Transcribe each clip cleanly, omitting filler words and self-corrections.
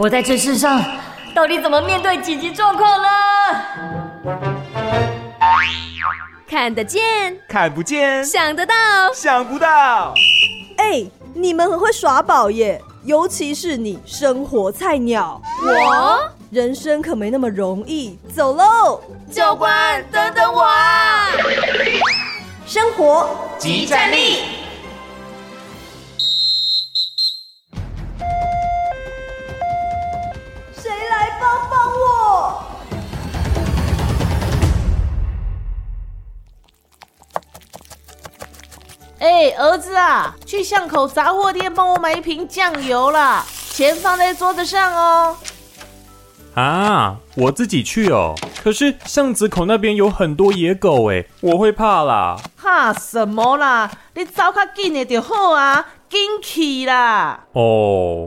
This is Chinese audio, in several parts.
我在这世上到底怎么面对紧急状况呢？ 看得见， 看不见， 想得到， 想不到。 你们很会耍宝耶，尤其是你生活菜鸟。 我人生可没那么容易，走喽！ 教官，等等我啊！ 生活即战力。 谁来帮帮我？ 儿子啊，去巷口杂货店帮我买一瓶酱油啦，钱放在桌子上哦。 啊，我自己去哦。可是巷子口那边有很多野狗哎，我会怕啦。 怕什么啦？你走较紧的就好啊，紧去啦。 哦，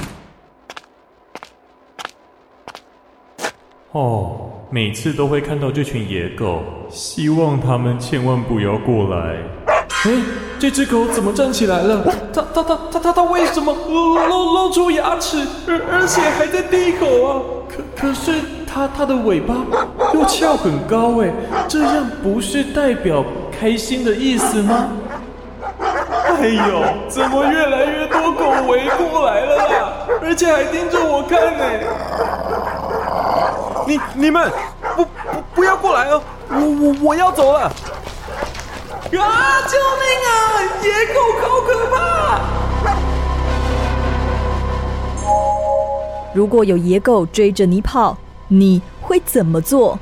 每次都会看到这群野狗，希望他们千万不要过来。这只狗怎么站起来了？它为什么露出牙齿，而且还在低口啊？可是它的尾巴又翘很高哎，这样不是代表开心的意思吗？哎呦，怎么越来越多狗围过来了啦？而且还盯着我看呢！你们不要过来哦！我要走了！啊！救命啊！野狗好可怕！ 如果有野狗追着你跑，你会怎么做？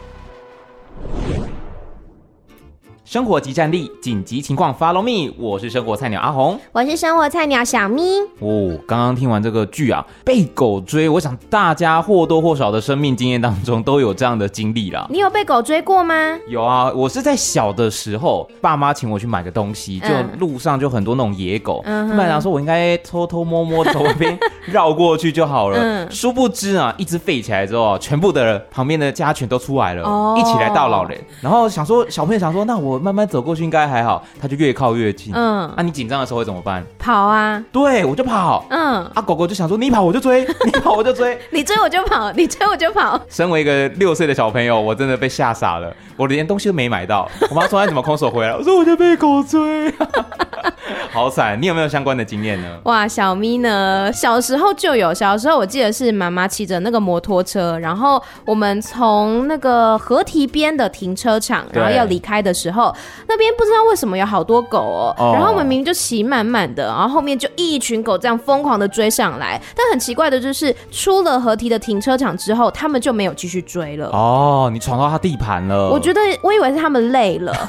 生活即战力，紧急情况 Follow me， 我是生活菜鸟阿红， 我是生活菜鸟小咪。 刚刚听完这个剧啊，被狗追，我想大家或多或少的生命经验当中都有这样的经历啦。 你有被狗追过吗？ 有啊，我是在小的时候，爸妈请我去买个东西，就路上就很多那种野狗，本来想说我应该偷偷摸摸从那边绕过去就好了，殊不知啊，一只吠起来之后，全部的旁边的家犬都出来了，一起来到老人，然后想说小朋友想说，那我慢慢走过去应该还好，他就越靠越近。你紧张的时候会怎么办？ 跑啊！ 对，我就跑。狗狗就想说你跑我就追，你跑我就追， 你追我就跑，你追我就跑。 身为一个6岁的小朋友，我真的被吓傻了，我连东西都没买到。我妈说你怎么空手回来？我说我就被狗追，好惨。你有没有相关的经验呢？ 哇，小咪呢？小时候就有，小时候我记得是妈妈骑着那个摩托车，然后我们从那个河堤边的停车场，然后要离开的时候，那边不知道为什么有好多狗然后我们明明就骑满满的，然后后面就一群狗这样疯狂的追上来，但很奇怪的就是出了河堤的停车场之后，他们就没有继续追了。 你闯到他地盘了。 我以为是他们累了。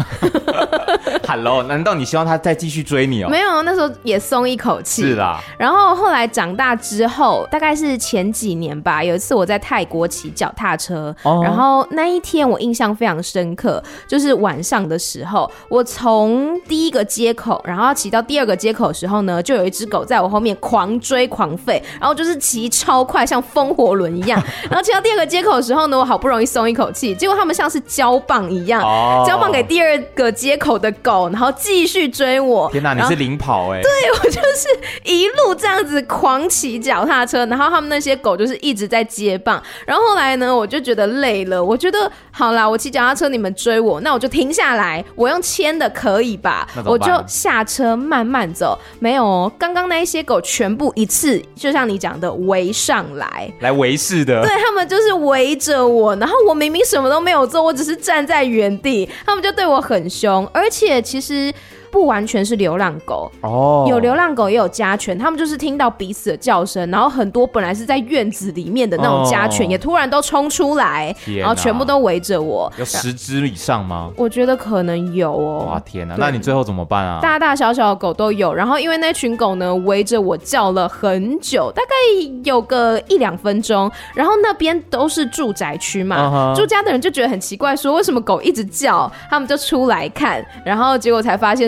Hello， 难道你希望他再继续追你没有，那时候也松一口气。 是啦。 然后后来长大之后，大概是前几年吧，有一次我在泰国骑脚踏车，然后那一天我印象非常深刻，就是晚上的时候，我从第一个街口，然后骑到第二个街口的时候呢，就有一只狗在我后面狂追狂吠，然后就是骑超快，像风火轮一样。然后骑到第二个街口的时候呢，我好不容易松一口气，结果他们像是交棒一样，交棒给第二个街口的狗，然后继续追我。 天哪，你是领跑对，我就是一路这样子狂骑脚踏车，然后他们那些狗就是一直在接棒。然后后来呢，我就觉得累了，我觉得好啦，我骑脚踏车你们追我，那我就停下来，我用牵的可以吧？我就下车慢慢走。没有刚刚那一些狗全部一次，就像你讲的围上来围视的。 对，他们就是围着我，然后我明明什么都没有做，我只是站在原地，他们就对我很凶，而且其实不完全是流浪狗有流浪狗也有家犬，他们就是听到彼此的叫声，然后很多本来是在院子里面的那种家犬也突然都冲出来，然后全部都围着我。 有10只以上吗？ 我觉得可能有哇天哪，那你最后怎么办啊？ 大大小小的狗都有，然后因为那群狗呢围着我叫了很久，大概有个1-2分钟，然后那边都是住宅区嘛，住家的人就觉得很奇怪，说为什么狗一直叫，他们就出来看，然后结果才发现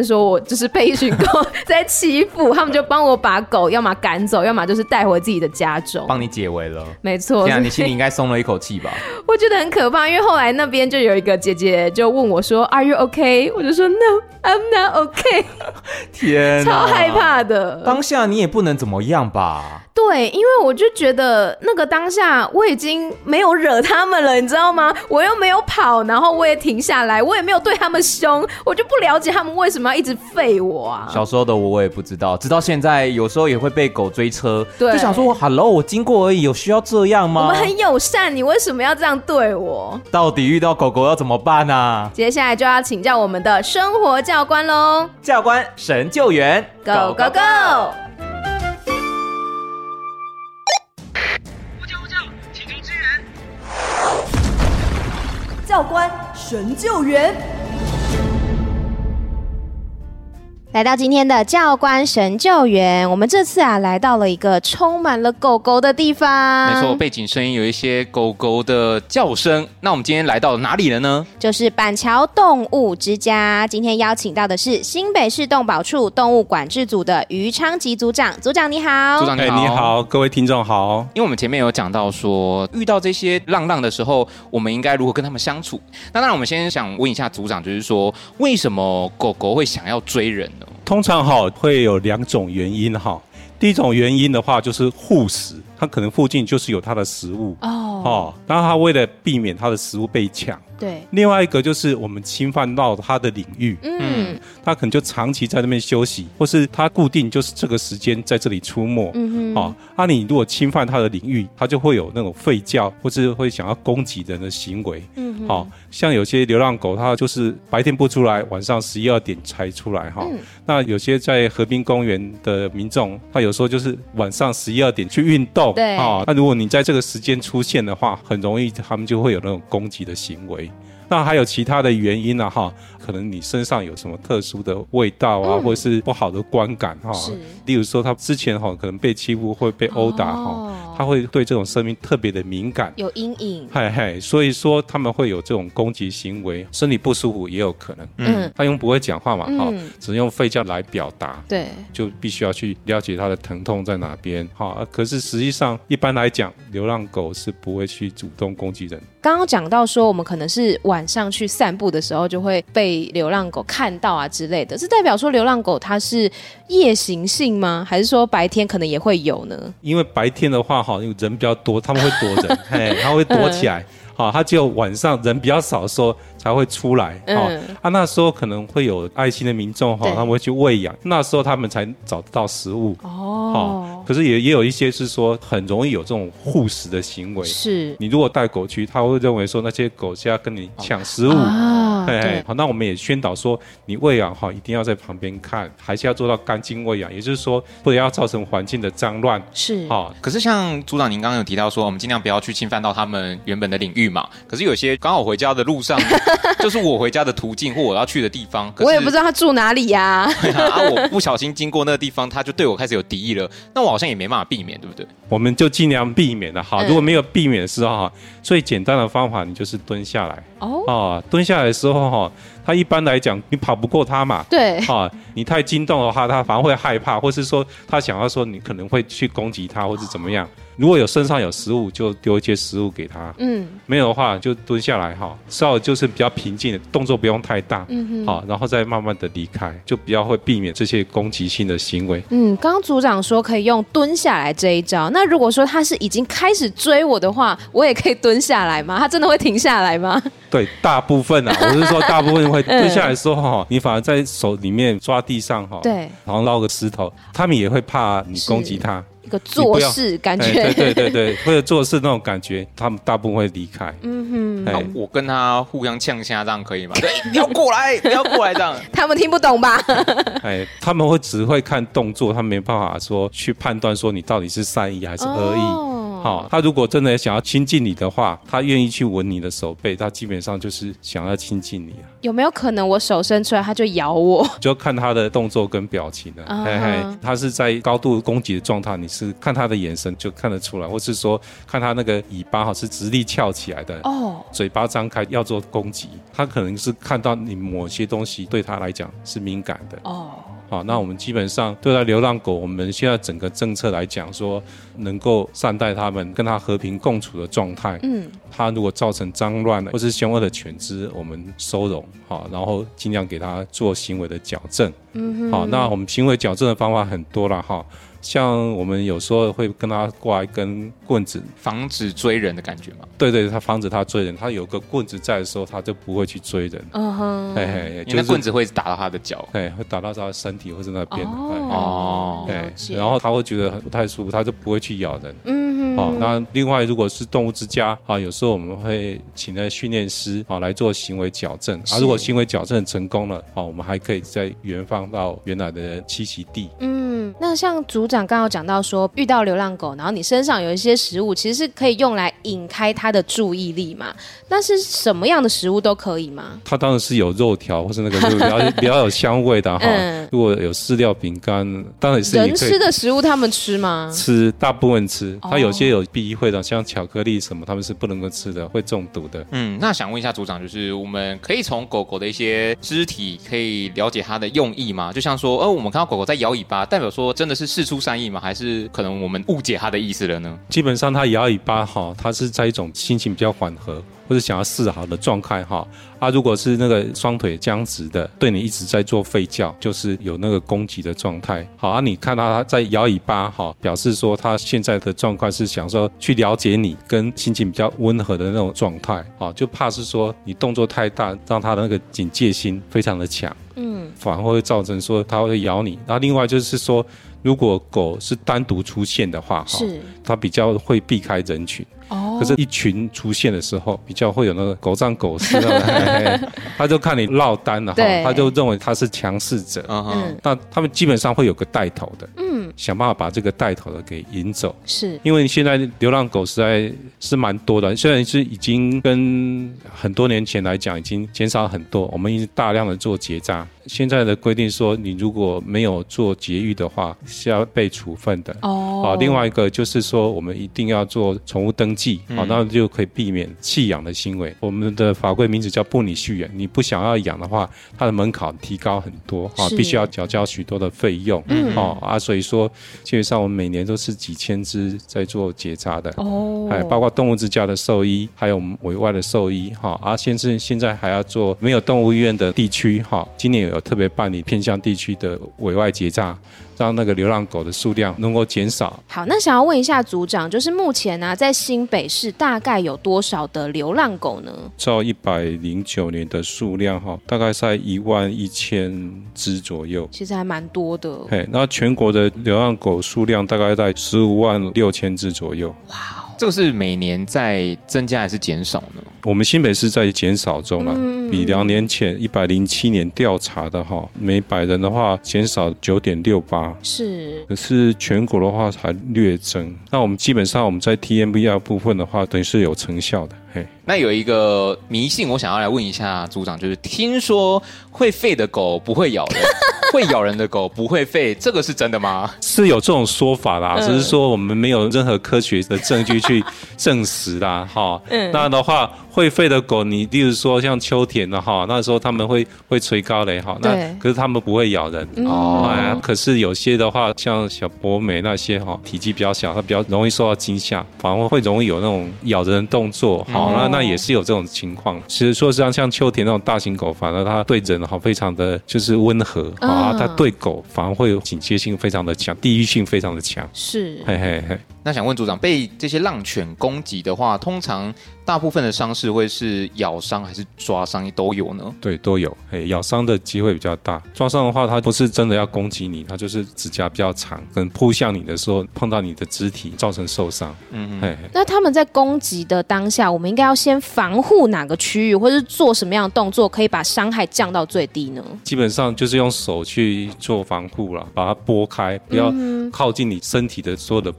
说我就是被一群狗在欺负，他们就帮我把狗要么赶走，要么就是带回自己的家中， 帮你解围了。 没错， 这样你心里应该松了一口气吧？ 我觉得很可怕，因为后来那边就有一个姐姐就问我说 Are you okay？ 我就说 No I'm not okay 天哪， 超害怕的。 当下你也不能怎么样吧？ 对，因为我就觉得那个当下我已经没有惹他们了，你知道吗？我又没有跑，然后我也停下来，我也没有对他们凶，我就不了解他们为什么要一直吠我啊。 小时候的我也不知道，直到现在有时候也会被狗追车， 对， 就想说 Hello 我经过而已，有需要这样吗？ 我们很友善，你为什么要这样对我？ 到底遇到狗狗要怎么办啊？ 接下来就要请教我们的生活教官咯。 教官神救援 Go Go Go！ 教官神救援。 来到今天的教官神救援，我们这次来到了一个充满了狗狗的地方。 没错，背景声音有一些狗狗的叫声。那我们今天来到哪里了呢？ 就是板桥动物之家。今天邀请到的是新北市动保处动物管制组的于昌吉组长。组长你好。 组长你好。 你好，各位听众好。 因为我们前面有讲到说，遇到这些浪浪的时候，我们应该如何跟他们相处？那当然，我们先想问一下组长，就是说，为什么狗狗会想要追人呢？ 通常会有2种原因哈。第一种原因的话就是护食，它可能附近就是有它的食物然后它为了避免它的食物被抢。 对， 另外一个就是我们侵犯到它的领域，它可能就长期在那边休息，或是它固定就是这个时间在这里出没，你如果侵犯它的领域，它就会有那种吠叫，或是会想要攻击人的行为，像有些流浪狗，它就是白天不出来，晚上11、2点才出来那有些在河滨公园的民众，他有时候就是晚上11、2点去运动， 对那如果你在这个时间出现的话，很容易他们就会有那种攻击的行为。那还有其他的原因可能你身上有什么特殊的味道啊，或者是不好的观感例如说他之前可能被欺负会被殴打他会对这种生命特别的敏感， 有阴影， 所以说他们会有这种攻击行为，身体不舒服也有可能。他用不会讲话嘛只用吠叫来表达， 对， 就必须要去了解他的疼痛在哪边可是实际上一般来讲，流浪狗是不会去主动攻击人。 刚刚讲到说我们可能是晚上去散步的时候就会被流浪狗看到啊之类的，这代表说流浪狗它是夜行性吗？还是说白天可能也会有呢？ 因为白天的话因为人比较多，他们会躲人他会躲起来他只有晚上人比较少的时候才会出来那时候可能会有爱心的民众他们会去喂养，那时候他们才找得到食物可是也有一些是说很容易有这种护食的行为， 是你如果带狗去，他会认为说那些狗是要跟你抢食物好，那我们也宣导说你喂养一定要在旁边看，还是要做到干净喂养，也就是说不要造成环境的脏乱是可是像组长您刚刚有提到说我们尽量不要去侵犯到他们原本的领域嘛，可是有些刚好回家的路上就是我回家的途径或我要去的地方，可是我也不知道他住哪里呀我不小心经过那个地方，他就对我开始有敌意了，那我好像也没办法避免，对不对？ 我们就尽量避免了如果没有避免的时候最简单的方法你就是蹲下来蹲下来的时候他一般来讲你跑不过他嘛， 对你太惊动的话他反而会害怕，或是说他想要说你可能会去攻击他或是怎么样。如果有身上有食物就丢一些食物给他，没有的话就蹲下来稍微就是比较平静的动作，不用太大然后再慢慢的离开，就比较会避免这些攻击性的行为。 刚刚组长说可以用蹲下来这一招，那如果说他是已经开始追我的话，我也可以蹲下来吗？他真的会停下来吗？ 对，大部分我是说大部分会蹲下来的时候你反而在手里面抓地上对， 然后捞个石头，他们也会怕你攻击他， 一个做事感觉对，或者做事那种感觉，他们大部分会离开。 那我跟他互相呛下，这样可以吗？对，不要过来，不要过来，这样他们听不懂吧？ 他们只会看动作，他们没办法说去判断说你到底是善意还是恶意。 好，他如果真的想要亲近你的话，他愿意去闻你的手背，他基本上就是想要亲近你啊。 有没有可能我手伸出来他就咬我？ 就看他的动作跟表情了。他是在高度攻击的状态，你是看他的眼神就看得出来，或是说看他那个尾巴是直立翘起来的，嘴巴张开要做攻击，他可能是看到你某些东西对他来讲是敏感的。好，那我们基本上对待流浪狗，我们现在整个政策来讲说，能够善待他们，跟他和平共处的状态。他如果造成脏乱或是凶恶的犬只，我们收容，好，然后尽量给他做行为的矫正。好，那我们行为矫正的方法很多啦哈。像我们有时候会跟他挂一根棍子， 防止追人的感觉嘛。 对，他防止他追人，他有个棍子在的时候，他就不会去追人。 因为棍子会打到他的脚， 会打到他的身体或是那边。然后他会觉得不太舒服，他就不会去咬人。好，那另外如果是动物之家啊，有时候我们会请那训练师啊来做行为矫正啊。如果行为矫正成功了，我们还可以再原放到原来的栖息地。 那像组长刚刚讲到说，遇到流浪狗，然后你身上有一些食物，其实是可以用来引开它的注意力嘛？那是什么样的食物都可以吗？ 它当然是有肉条或是那个比较有香味的哈。如果有饲料饼干，当然是人吃的食物，他们吃吗？ 吃，大部分吃。它有些有避讳的，像巧克力什么，他们是不能够吃的，会中毒的。 那想问一下组长，就是我们可以从狗狗的一些肢体可以了解它的用意吗？就像说，我们看到狗狗在摇尾巴，代表说真的是释出善意吗？还是可能我们误解它的意思了呢？ 基本上它摇尾巴哈，它是在一种心情比较缓和，或者想要示好的状态哈。如果是那个双腿僵直的，对你一直在做吠叫，就是有那个攻击的状态。好，你看到它在摇尾巴哈，表示说它现在的状况是想说去了解你，跟心情比较温和的那种状态。好，就怕是说你动作太大，让它的那个警戒心非常的强。反而会造成说它会咬你。然后另外就是说，如果狗是单独出现的话，它比较会避开人群。可是一群出现的时候，比较会有那个狗仗狗势，他就看你落单了，他就认为他是强势者。那他们基本上会有个带头的，想办法把这个带头的给引走。是因为现在流浪狗实在是蛮多的，虽然是已经跟很多年前来讲已经减少很多，我们已经大量的做结扎。现在的规定说，你如果没有做节育的话，是要被处分的。另外一个就是说，我们一定要做宠物登记，那就可以避免弃养的行为。我们的法规名字叫不拟续养，你不想要养的话，它的门槛提高很多，必须要缴交许多的费用。所以说基本上我们每年都是几千只在做结扎的。包括动物之家的兽医，还有我们委外的兽医。现在还要做没有动物医院的地区，今年有特别办理偏乡地区的委外结扎，让那个流浪狗的数量能够减少。 好，那想要问一下组长，就是目前在新北市大概有多少的流浪狗呢？ 照109年的数量大概在11000只左右， 其实还蛮多的。 那全国的流浪狗数量大概在156000只左右。哇， 这个是每年在增加还是减少呢？ 我们新北市在减少中了，比2年前107年调查的每100人的话减少9.68，是。可是全国的话才略增。那我们基本上我们在 TMVR 部分的话，等于是有成效的。 那有一个迷信，我想要来问一下组长，就是听说会吠的狗不会咬人，会咬人的狗不会吠，这个是真的吗？ 是有这种说法啦，只是说我们没有任何科学的证据去证实啦。那的话，会吠的狗，你例如说像秋田的那时候他们会垂高雷那可是他们不会咬人。可是有些的话，像小博美那些体积比较小，它比较容易受到惊吓，反而会容易有那种咬人的动作。那也是有这种情况。其实说实际上，像秋田那种大型狗，反而它对人非常的就是温和，它对狗反而会有警戒性非常的强，地域性非常的强。是， 那想问组长，被这些浪犬攻击的话，通常大部分的伤势会是咬伤还是抓伤都有呢？ 对，都有。咬伤的机会比较大，抓伤的话，它不是真的要攻击你，它就是指甲比较长，可能扑向你的时候碰到你的肢体，造成受伤。 那他们在攻击的当下，我们应该要先防护哪个区域，或是做什么样的动作，可以把伤害降到最低呢？ 基本上就是用手去做防护啦，把它拨开，不要靠近你身体的所有的部位。任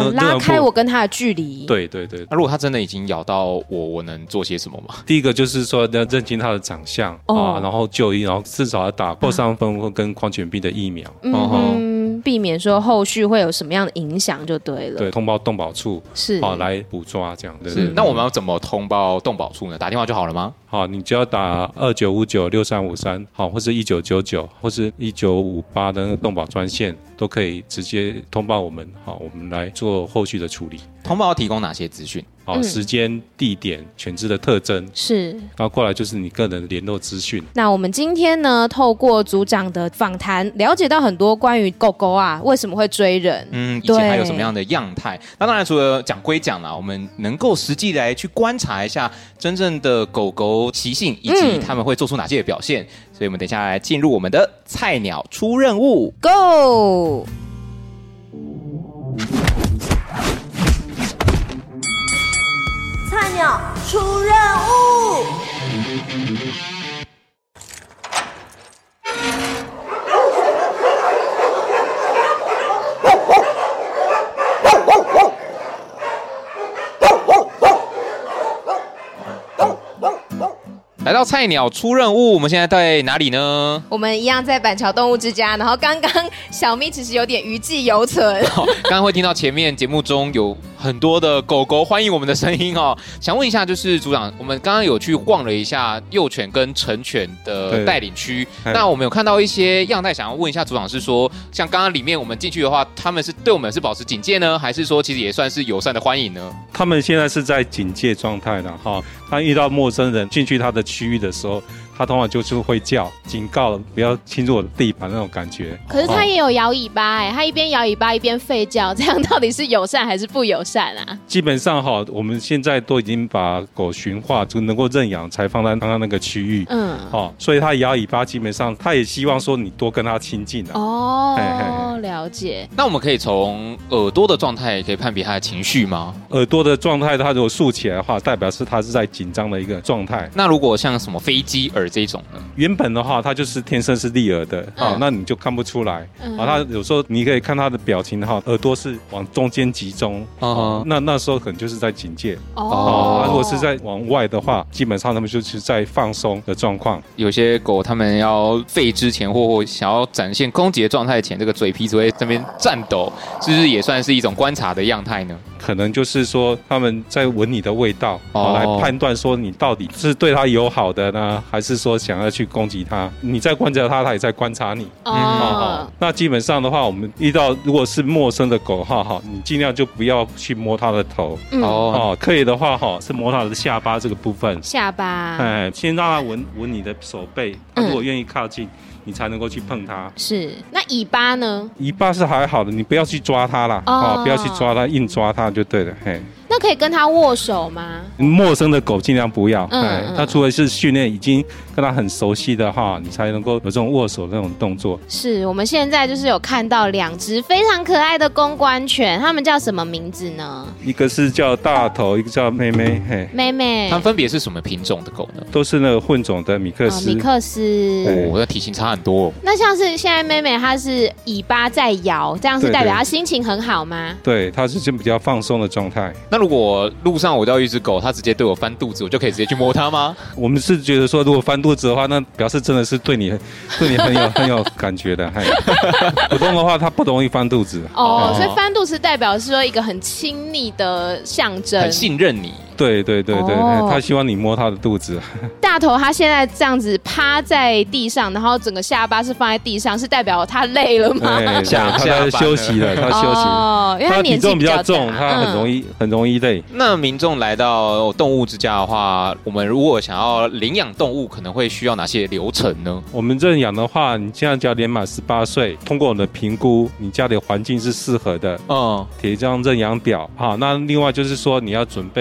拉开我跟它的距离。 对对对。 那如果它真的已经咬到我能做些什么吗？ 第一个就是说要认清它的长相然后就医，然后至少要打破伤风或跟狂犬病的疫苗。 避免说后续会有什么样的影响就对了。 对，通报动保处是来捕抓这样。 是，那我们要怎么通报动保处呢？打电话就好了吗？ 好，你就要打29596353，好，或是1999，或是1958的那个动保专线，都可以直接通报我们，好，我们来做后续的处理。 通报要提供哪些资讯？ 好，时间、地点、犬只的特征是， 然后过来就是你个人的联络资讯。 那我们今天呢，透过组长的访谈，了解到很多关于狗狗啊为什么会追人， 以前还有什么样的样态。那当然除了讲归讲啦，我们能够实际来去观察一下真正的狗狗习性，以及他们会做出哪些的表现。所以我们等一下来进入我们的菜鸟出任务 ，Go！ 菜鸟出任务。 来到菜鸟出任务，我们现在在哪里呢？ 我们一样在板桥动物之家，然后刚刚小咪其实有点余悸犹存。 刚刚会听到前面节目中有很多的狗狗欢迎我们的声音哦。想问一下，就是组长，我们刚刚有去逛了一下幼犬跟成犬的带领区，那我们有看到一些样态，想要问一下组长，是说像刚刚里面我们进去的话，他们是对我们是保持警戒呢，还是说其实也算是友善的欢迎呢？ 他们现在是在警戒状态了哈，他遇到陌生人进去他的区域的时候，他通常就是会叫警告不要侵入我的地盘那种感觉。 可是他也有摇尾巴哎，他一边摇尾巴一边吠叫，这样到底是友善还是不友善啊？ 基本上哈，我们现在都已经把狗驯化，就能够认养才放在刚刚那个区域。所以他摇尾巴基本上他也希望说你多跟他亲近了解。 那我们可以从耳朵的状态可以判别他的情绪吗？ 耳朵的状态，他如果竖起来的话，代表是他是在紧张的一个状态。 那如果像什么飞机耳这一种呢？ 原本的话，它就是天生是立耳的，那你就看不出来。他有时候你可以看他的表情的话，耳朵是往中间集中，那时候可能就是在警戒。如果是在往外的话，基本上他们就是在放松的状况。 有些狗他们要吠之前或想要展现攻击的状态前，这个嘴皮子会在那边颤抖，是不是也算是一种观察的样态呢？ 可能就是说他们在闻你的味道，来判断说你到底是对他友好的呢，还是说想要去攻击他。你在观察他，他也在观察你。那基本上的话，我们遇到如果是陌生的狗你尽量就不要去摸它的头。可以的话是摸它的下巴这个部分。 下巴。 先让它闻你的手背，它如果愿意靠近，你才能够去碰它。 是，那尾巴呢？ 尾巴是还好的，你不要去抓它啦，不要去抓它，硬抓它就对了。 那可以跟它握手吗？ 陌生的狗尽量不要。它除了是训练已经跟它很熟悉的话，你才能够有这种握手那种动作。 是，我们现在就是有看到2只非常可爱的公关犬，它们叫什么名字呢？ 一个是叫大头，一个叫妹妹。 妹妹， 它们分别是什么品种的狗呢？ 都是那个混种的米克斯。 米克斯。 那体型差很多。 那像是现在妹妹她是尾巴在摇，这样是代表她心情很好吗？ 对，她是比较放松的状态。 那如果路上我遇到一只狗，它直接对我翻肚子，我就可以直接去摸它吗？ 我们是觉得说，如果翻肚子的话，那表示真的是对你很有感觉的。普通的话，它不容易翻肚子。 所以翻肚子代表是说一个很亲密的象征， 很信任你。 对，他希望你摸他的肚子。 大头他现在这样子趴在地上，然后整个下巴是放在地上，是代表他累了吗？ 他休息了，他休息了。 因为他体重比较重，他很容易累。 那民众来到动物之家的话，我们如果想要领养动物，可能会需要哪些流程呢？ 我们认养的话，你现在只要年满18岁，通过我们的评估，你家里环境是适合的，铁一张认养表。那另外就是说，你要准备签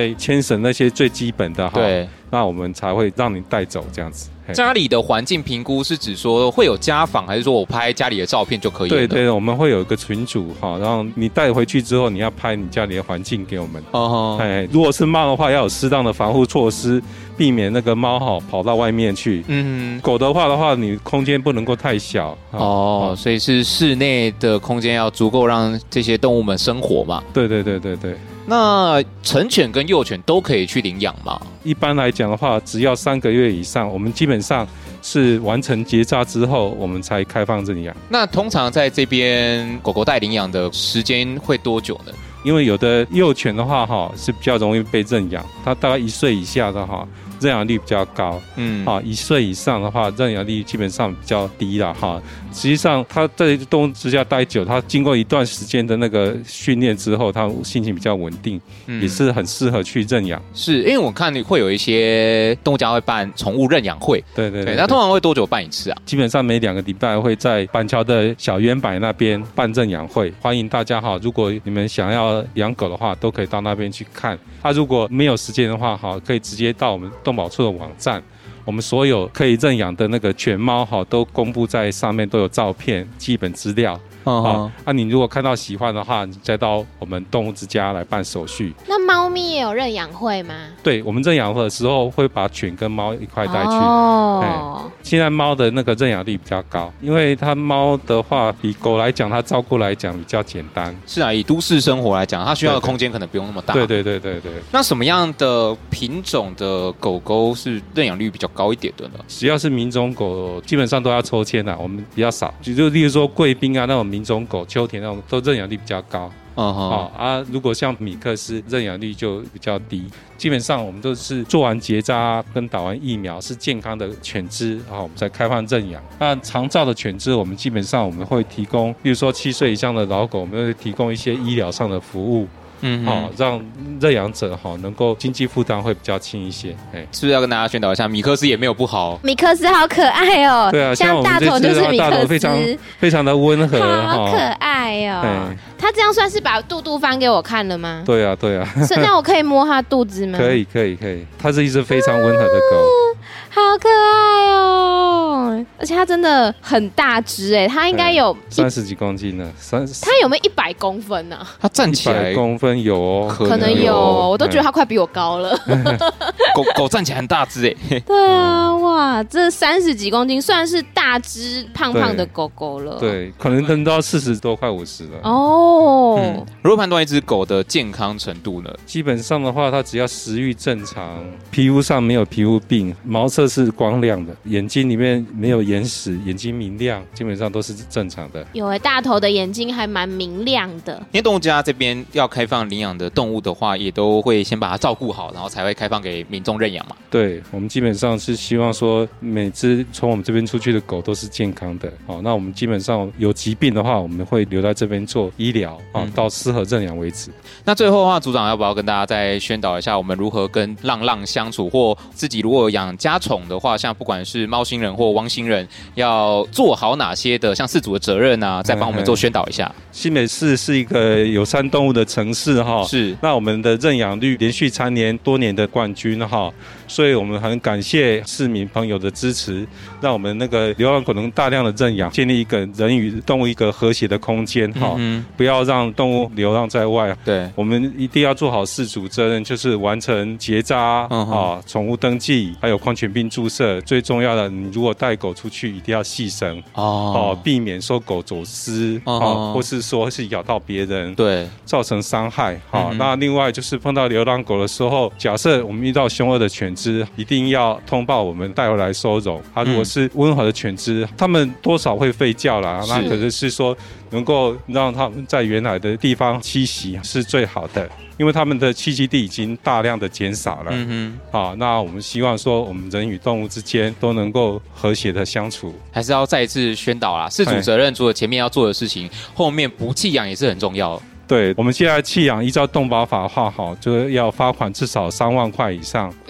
神那些最基本的哈， 对， 那我们才会让你带走这样子。 家里的环境评估是指说会有家访，还是说我拍家里的照片就可以了？ 对对，我们会有一个群组哈，然后你带回去之后，你要拍你家里的环境给我们。如果是猫的话，要有适当的防护措施，避免那个猫跑到外面去。狗的话，你空间不能够太小。 所以是室内的空间要足够让这些动物们生活嘛？ 对。 那成犬跟幼犬都可以去领养吗？ 一般来讲的话，只要3个月以上，我们基本上是完成结扎之后，我们才开放认养。 那通常在这边狗狗带领养的时间会多久呢？ 因为有的幼犬的话是比较容易被认养，它大概1岁以下的认养率比较高，1岁以上的话认养率基本上比较低啦实际上它在动物之家待久，它经过一段时间的那个训练之后，它心情比较稳定，也是很适合去认养。 是因为我看会有一些动物家会办宠物认养会，对，那通常会多久办一次啊？ 基本上每2个礼拜会在板桥的小圆柏那边办认养会，欢迎大家如果你们想要养狗的话，都可以到那边去看。如果没有时间的话可以直接到我们动保处的网站，我们所有可以认养的那个犬猫都公布在上面，都有照片、基本资料。你如果看到喜欢的话，你再到我们动物之家来办手续。 那猫咪也有认养会吗？ 对，我们认养的时候会把犬跟猫一块带去。现在猫的那个认养率比较高，因为它猫的话比狗来讲，它照顾来讲比较简单。 是啊，以都市生活来讲，它需要的空间可能不用那么大。 对。 那什么样的品种的狗狗是认养率比较高一点的呢？ 只要是民种狗，基本上都要抽签我们比较少。就例如说贵宾那种民种狗、秋田那种，都认养率比较高。如果像米克斯，认养率就比较低。基本上我们都是做完结扎跟打完疫苗是健康的犬只，我们才开放认养。那长照的犬只，我们基本上我们会提供，例如说7岁以上的老狗，我们会提供一些医疗上的服务。让认养者能够经济负担会比较轻一些。 是不是要跟大家宣导一下，米克斯也没有不好？ 米克斯好可爱哦。 对啊， 像大头就是米克斯， 大头非常的温和， 好可爱哦。他这样算是把肚肚翻给我看了吗？ 对啊。 所以那我可以摸他肚子吗？ 可以。它是一只非常温和的狗。 好可爱哦！而且它真的很大只它应该有 30几公斤呢。 它有没有100公分呢？ 它站起来 100公分有可能有，我都觉得它快比我高了。 狗站起来很大只对啊，哇，这30几公斤算是大只胖胖的狗狗了。 对，可能都要40多快50了。 如何判断一只狗的健康程度呢？ 基本上的话，它只要食欲正常，皮肤上没有皮肤病，毛色是光亮的，眼睛里面没有眼屎，眼睛明亮，基本上都是正常的。 有大头的眼睛还蛮明亮的。 因为动物家这边要开放领养的动物的话，也都会先把它照顾好，然后才会开放给民众认养嘛。 对，我们基本上是希望说每只从我们这边出去的狗都是健康的。那我们基本上有疾病的话，我们会留在这边做医疗到适合认养为止。 那最后的话，组长要不要跟大家再宣导一下，我们如何跟浪相处，或自己如果有养家宠的话，像不管是猫星人或汪星人，要做好哪些的像饲主的责任啊，再帮我们做宣导一下。 新北市是一个友善动物的城市是。 那我们的认养率连续蝉联多年的冠军所以我们很感谢市民朋友的支持，让我们那个流浪狗能大量的认养，建立一个人与动物一个和谐的空间不要让动物流浪在外。 对， 我们一定要做好饲主责任，就是完成结扎宠物登记，还有狂犬病注射。最重要的，你如果带狗出去，一定要系绳避免说狗走失或是说是咬到别人， 对， 造成伤害那另外就是碰到流浪狗的时候，假设我们遇到凶恶的犬只，一定要通报我们带回来收容。如果是温和的犬只，它们多少会吠叫啦，那可能是说能够让它们在原来的地方栖息是最好的，因为他们的栖息地已经大量的减少了。那我们希望说我们人与动物之间都能够和谐的相处。 还是要再一次宣导啦，饲主责任除了前面要做的事情，后面不弃养也是很重要的。 对，我们现在弃养依照动保法的话就是要罚款至少3万块以上。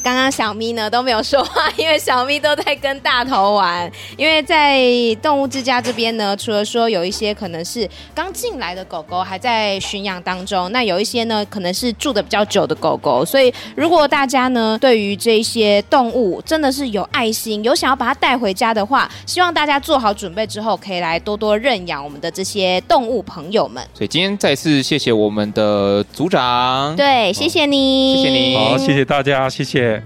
刚刚小咪呢都没有说话，因为小咪都在跟大头玩。因为在动物之家这边呢，除了说有一些可能是刚进来的狗狗还在驯养当中，那有一些呢可能是住的比较久的狗狗，所以如果大家呢对于这些动物真的是有爱心，有想要把它带回家的话，希望大家做好准备之后，可以来多多认养我们的这些动物朋友们。 所以今天再次谢谢我们的组长， 对，谢谢你， 谢谢你， 好，谢谢大家，谢谢。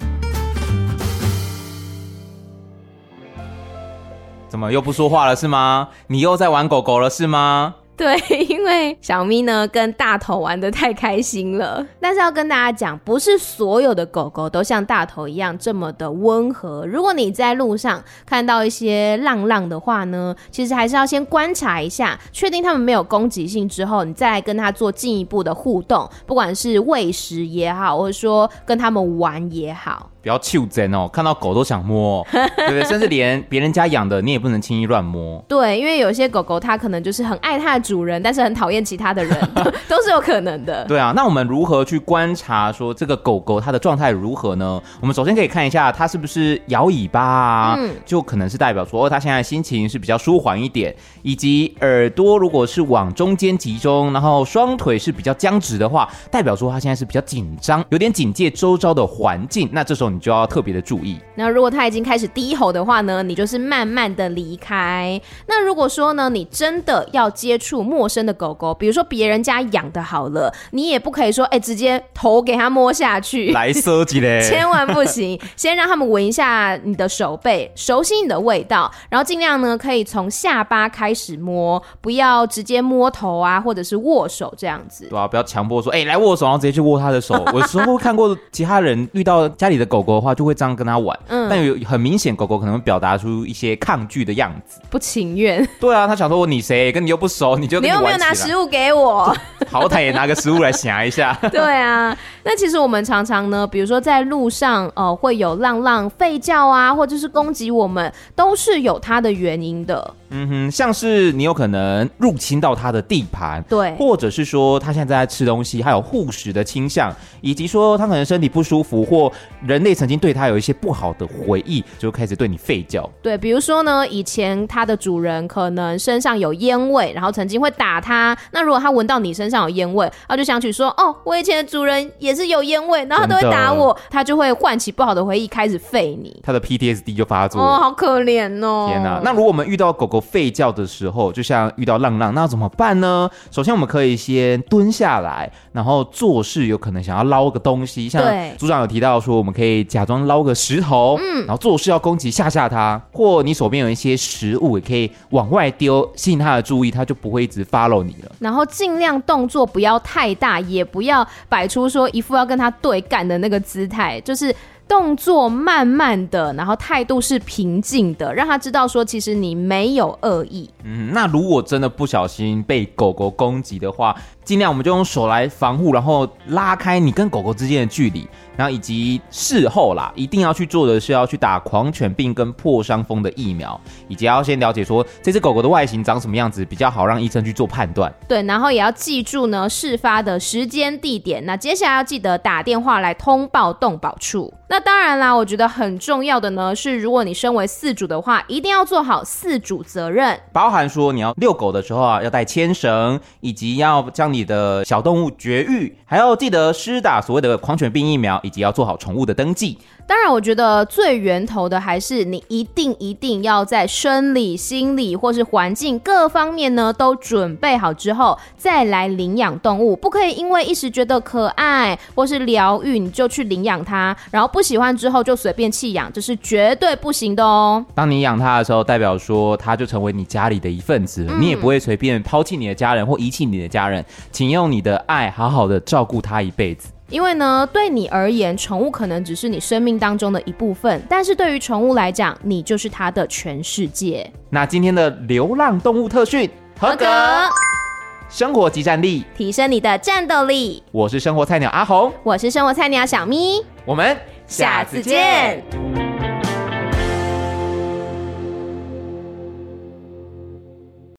怎么又不说话了是吗？你又在玩狗狗了是吗？ 对，因为小咪呢跟大头玩得太开心了，但是要跟大家讲，不是所有的狗狗都像大头一样这么的温和。如果你在路上看到一些浪浪的话呢，其实还是要先观察一下，确定它们没有攻击性之后，你再来跟它做进一步的互动，不管是喂食也好，或者说跟它们玩也好。 不要求真哦，看到狗都想摸，对不对？甚至连别人家养的你也不能轻易乱摸。 对，因为有些狗狗它可能就是很爱它的主人，但是很讨厌其他的人，都是有可能的。 对啊，那我们如何去观察说这个狗狗它的状态如何呢？我们首先可以看一下它是不是摇尾巴啊，就可能是代表说它现在心情是比较舒缓一点，以及耳朵如果是往中间集中，然后双腿是比较僵直的话，代表说它现在是比较紧张，有点警戒周遭的环境。那这时候你就要特别的注意。 那如果它已经开始低吼的话呢，你就是慢慢的离开。那如果说呢，你真的要接触陌生的狗狗，比如说别人家养的好了，你也不可以说直接头给它摸下去， 来射击嘞， 千万不行。先让他们闻一下你的手背，熟悉你的味道，然后尽量呢可以从下巴开始摸，不要直接摸头啊，或者是握手这样子。 对啊，不要强迫说来握手，然后直接去握他的手。我有时候看过其他人遇到家里的狗狗的话，就会这样跟他玩，但有很明显狗狗可能会表达出一些抗拒的样子， 不情愿。 对啊，他想说你谁，跟你又不熟，你就跟你又没有拿食物给我， 好歹也拿个食物来想一下。 对啊，那其实我们常常呢，比如说在路上会有浪浪吠叫啊，或者是攻击我们，都是有它的原因的。 像是你有可能入侵到他的地盘， 对， 或者是说他现在在吃东西，还有护食的倾向，以及说他可能身体不舒服，或人类曾经对他有一些不好的回忆，就开始对你吠叫。 对，比如说呢，以前他的主人可能身上有烟味，然后曾经会打他。那如果他闻到你身上有烟味，他就想起说，我以前的主人也是有烟味，然后他都会打我，他就会唤起不好的回忆，开始吠你， 他的 PTSD 就发作。 好可怜哦！ 天哪！那如果我们遇到狗狗吠叫的时候，就像遇到浪浪，那要怎么办呢？首先我们可以先蹲下来，然后做事有可能想要捞个东西，像组长有提到说，我们可以假装捞个石头，然后做事要攻击吓它，或你手边有一些食物，也可以往外丢，吸引它的注意，它就不会一直 follow 你了。 然后尽量动作不要太大，也不要摆出说一副要跟它对干的那个姿态，就是动作慢慢的，然后态度是平静的，让他知道说其实你没有恶意。 那如果真的不小心被狗狗攻击的话，尽量我们就用手来防护，然后拉开你跟狗狗之间的距离，然后以及事后啦，一定要去做的是要去打狂犬病跟破伤风的疫苗，以及要先了解说这只狗狗的外形长什么样子，比较好让医生去做判断。 对，然后也要记住呢事发的时间地点，那接下来要记得打电话来通报动保处。那当然啦，我觉得很重要的呢是，如果你身为饲主的话，一定要做好饲主责任， 包含说你要遛狗的时候要带牵绳，以及要将你的小动物绝育，还要记得施打所谓的狂犬病疫苗，以及要做好宠物的登记。 当然我觉得最源头的还是你一定要在生理、心理或是环境各方面呢都准备好之后再来领养动物，不可以因为一时觉得可爱或是疗愈你就去领养它，然后不喜欢之后就随便弃养，这是绝对不行的哦。 当你养它的时候，代表说它就成为你家里的一份子了，你也不会随便抛弃你的家人或遗弃你的家人，请用你的爱好好的照顾它一辈子。 因为呢，对你而言，宠物可能只是你生命当中的一部分，但是对于宠物来讲，你就是它的全世界。 那今天的流浪动物特训合格，生活即战力， 提升你的战斗力。 我是生活菜鸟阿红， 我是生活菜鸟小咪， 我们下次见。